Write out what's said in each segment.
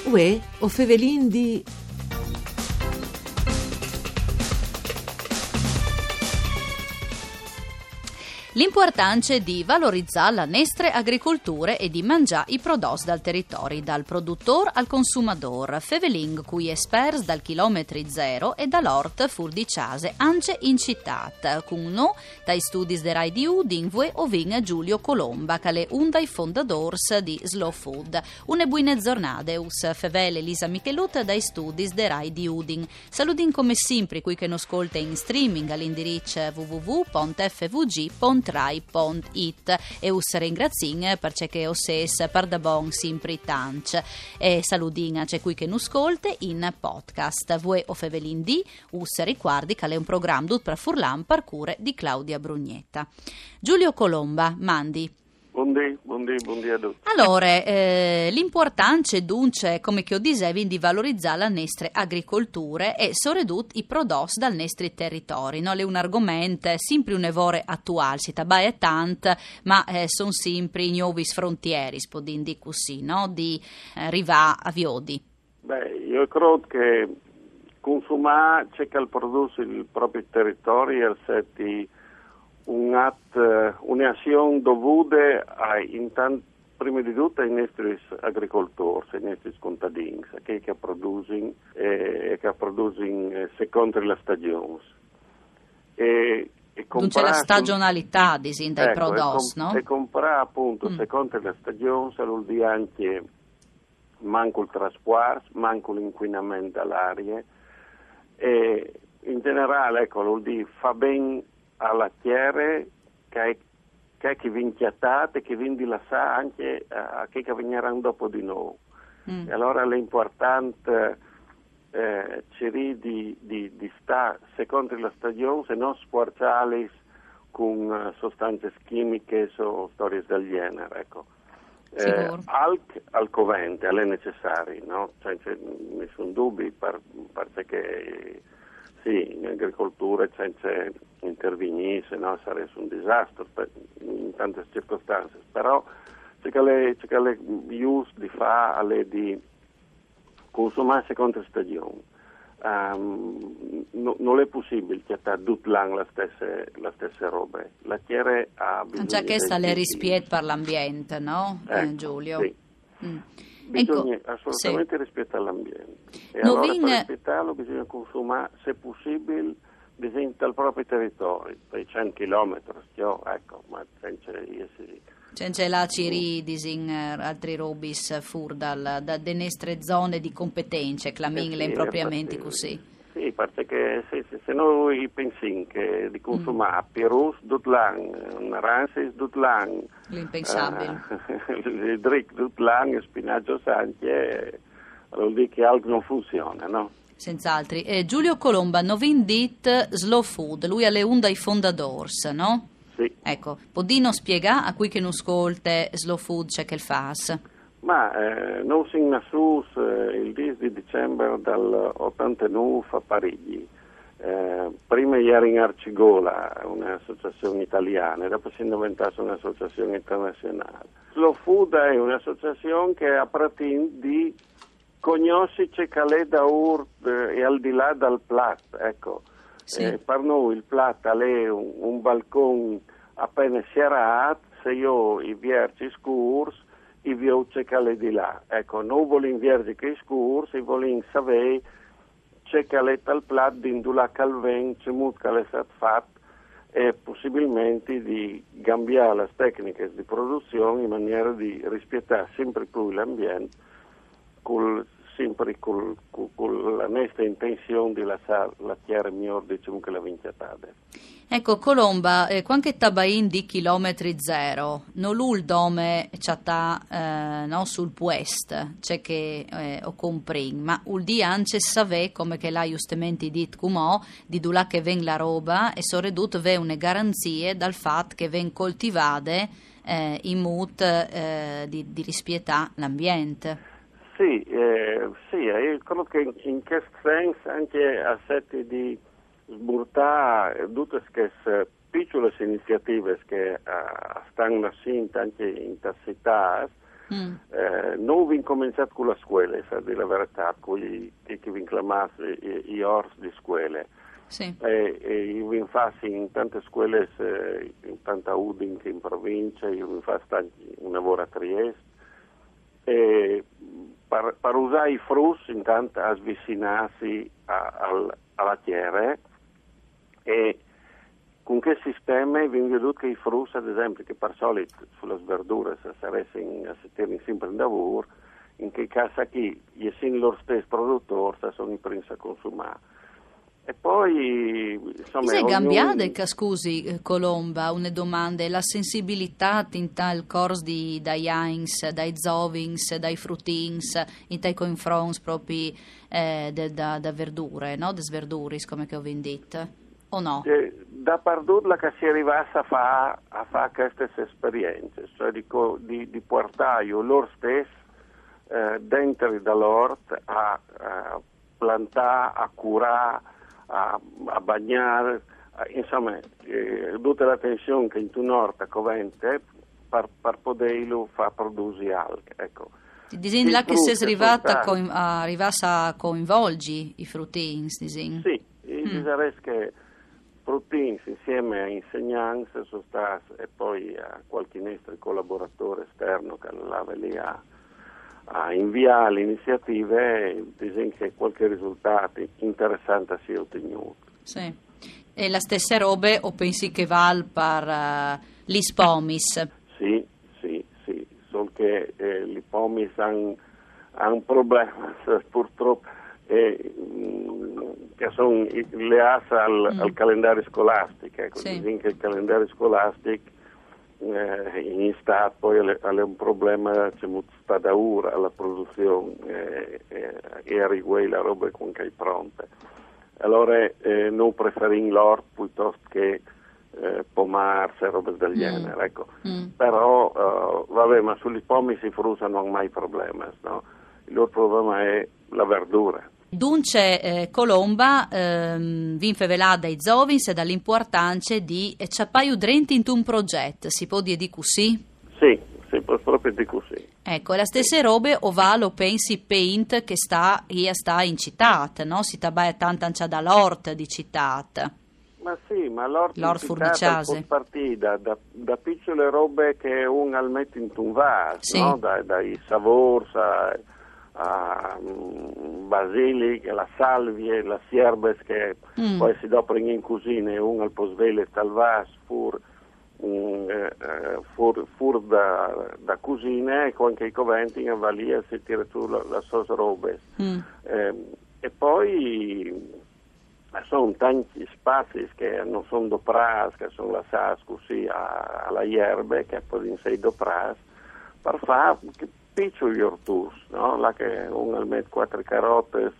Uè, o Fevelin di... L'importanza è di valorizzare la nostra agricoltura e di mangiare i prodotti dal territorio, dal produttore al consumatore. Feveling, cui esperti dal chilometri zero e dall'ort fur di case anche in città, con no dai studi de Rai di Udin, vue ovin Giulio Colomba, che è un dai fondatori di Slow Food. Une buone giornate, us Fevele Elisa Michelut dai studi de Rai di Udin. Saludin come sempre qui che non ascolta in streaming all'indirizzo www.fvg.rai.it e us ringrazin perché osses per da bon sempre tanto e saludin c'è qui che non ascolta in podcast Vue o Fevelin di us ricordi che è un programma tutto per Furlan per cure di Claudia Brugnetta. Giulio Colomba, mandi. Buondì a tutti. Allora, l'importanza è dunque, come che ho dicevi, di valorizzare la nostra agricoltura e soprattutto i prodotti dal nostro territorio. No? È un argomento sempre un evore attuale, si tabaia tanto, ma sono sempre i nuovi frontieri, spodin di così, no? Di arrivare a Viodi. Io credo che consumare, c'è che produce il proprio territorio e il un'azione dovuta prima di tutto ai nostri agricoltori, ai nostri contadini, a chi che producono secondo le stagioni. Non c'è la stagionalità dai prodotti, no? E comprare appunto secondo le stagioni vuol dire anche manco il trasporto, manco l'inquinamento dall'aria e in generale vuol dire fa bene alla terra che viene chiattata e che viene lasciata anche a chi che verranno dopo di noi. E allora è importante di stare secondo la stagione e non sforzarli con sostanze chimiche o storie del genere. Ecco. Al covente è necessario, no? Senza nessun dubbio, perché sì, in agricoltura senza intervenire, se no sarebbe un disastro in tante circostanze, però c'è che le giusto di fare di consumare secondo stagione. Non è possibile che tutto l'anno la stessa roba. La terra ha bisogno già che sta le rispetto per l'ambiente, no, ecco, Giulio? Sì. Bisogna assolutamente rispettare l'ambiente e allora per rispettarlo bisogna consumare, se possibile, dal proprio territorio, per 100 chilometri, ecco, ma senza la Ciri disin altri robis fur dalle nostre zone di competenze, clamingle impropriamente così. Sì, perché se noi pensiamo che di consumare pirus tutto l'anno, naranze tutto l'anno, l'impensabile, il dric tutto l'anno, spinaggio sanche, vuol dire che algo non funziona, no? Senz'altro. Giulio Colomba, novin dit Slow Food, lui è un dai fondatori, no? Sì. Ecco, podino spiega a cui che non ascolte Slow Food c'è che il fas? Ma noi siamo nascuti il 10 di dicembre dall'89 a Parigi. Prima era in Arcigola, un'associazione italiana, e dopo si è diventata un'associazione internazionale. Slow Food è un'associazione che ha praticamente di conoscere che è da e al di là dal piatto, ecco. Sì. Per noi il piatto è un balcone appena serrato, se io i vierci scurs i viucce che è di là. Ecco, non vogliono vierci che scurs, i vogliono sapere c'è che è dal piatto d'indula calven, c'è molto che è stato fatto e possibilmente di cambiare le tecniche di produzione in maniera di rispettare sempre più l'ambiente sempre con la nostra intenzione di lasciare la terra migliore, diciamo, che la vinciatade. Ecco, Colomba, qualche tabain di chilometri zero, non l'ul dome c'ha no, sul puest, c'è che o comprin, ma ul di anche savè, come che l'ha giustamente detto come di là che ven la roba e soprattutto ve une garanzie dal fatto che ven coltivate in mood di rispettar l'ambiente. Sì, io credo che in questo senso anche a sette di sburtare tutte queste piccole iniziative che stanno nascendo anche in città Non vi cominciato con la scuola, a dire la verità, con che vi chiamasse i ors di scuole. Sì. E io vi faccio in tante scuole, in tanta Udine in provincia, io vi faccio un lavoro a Trieste. E per usare i frutti intanto a svicinarsi alla terra, e con che sistema vi veduto che i frutti, ad esempio, che per solito sulle verdure se sarebbero a tenere sempre in lavoro, in che caso qui sono loro stessi produttori sono i primi a consumare. E poi insomma sei cambiata, scusi Colomba, una domanda, la sensibilità in tal corso dai Heinz, dai Zovings, dai Frutins, in tai confronti proprio da verdure, no? De sverduris, come che ho vendito, o no? Da perdurla che si arrivasse a fare queste esperienze, cioè di portare loro stessi dentro dall'ort a plantare, a curare, a bagnare, insomma, tutta l'attenzione che in tu nord a Covente per poterlo far produrre alghe, ecco. Disegni là che sei arrivata a coinvolgi i fruttini, disegni? Sì, direi che fruttini insieme a insegnanti sono stati, e poi a qualche nostro collaboratore esterno che l'aveva lì a inviare le iniziative, disegno che qualche risultato interessante sia ottenuto. Sì. E la stessa robe o pensi che val per gli spomis? Sì, solo che gli spomis hanno un problema purtroppo che sono legati al calendario scolastico, ecco, sì. Disegno che il calendario scolastico in Stato poi è un problema, c'è molto da ora alla produzione e a riguardo la roba con che è pronta. Allora noi preferiamo l'orto piuttosto che pomarsi e robe del genere, ecco. Però vabbè, ma sugli pomi si frutta non ha mai problemi, no? Il loro problema è la verdura. Dunque Colomba vi infevelà dai Zovins e dall'importanza di ciappaiu drenti in un progetto, si può dire di così? Sì, proprio di così. Ecco, la stessa robe ovalo pensi paint che sta in città, no? Si tabaia tanta dall'ort di città. Ma sì, ma l'ort furniciase può partire da piccole robe che uno mette in un vaso, sì. No? Dai savors a basilic, la salvie, la sierbes che poi si doprono in cucina e uno al posvele tal vas fur da cucina e anche i coventi in valia si tira su la sua robe e poi sono tanti spazi che non sono dopras, che sono lasciati così alla erbe che poi in sei dopras per fare piccoli ortus, no? Là che uno mette 4 carote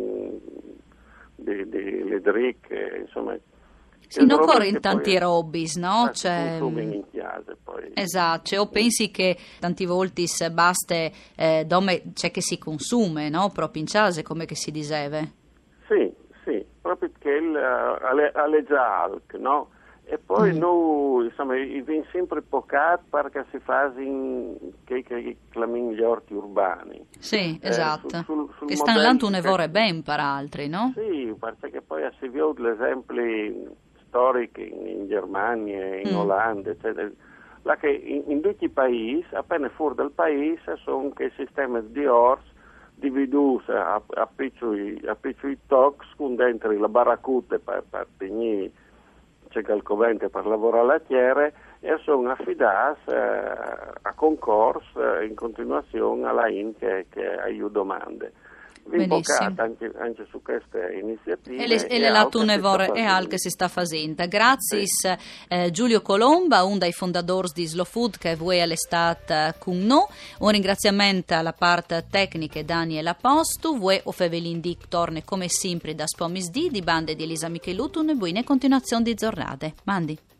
di dric, insomma. Sì, non corrono tanti robis, no? In chiesa, poi. Esatto, o pensi che tanti volti basta dove c'è che si consume, no? Proprio in casa, come che si diceva. Sì, proprio che alle già alc, no? E poi noi, insomma, viene sempre pocato perché si fa che chiamiamo gli orti urbani. Sì, esatto. Che stanno là un evore ben per altri, no? Sì, perché poi si vede l'esempio storico in Germania, in Olanda, eccetera. Là che in tutti i paesi, appena fuori dal paese, sono che sistemi di orti dividuti a piccoli tox, con dentro la barracuta per tenere c'è il covente per lavorare alla terra e sono affidati a concorso in continuazione alla IN che aiuta domande. Vi invocate anche su queste iniziative. E le lato un evore e al che si sta facendo. Grazie Giulio Colomba, un dei fondatori di Slow Food che voi all'estate con noi. Un ringraziamento alla parte tecnica Daniela Postu, voi o Fevelin Dick torne come sempre da Spomis di bande di Elisa Michelutun e buone continuazione di giornate. Mandi.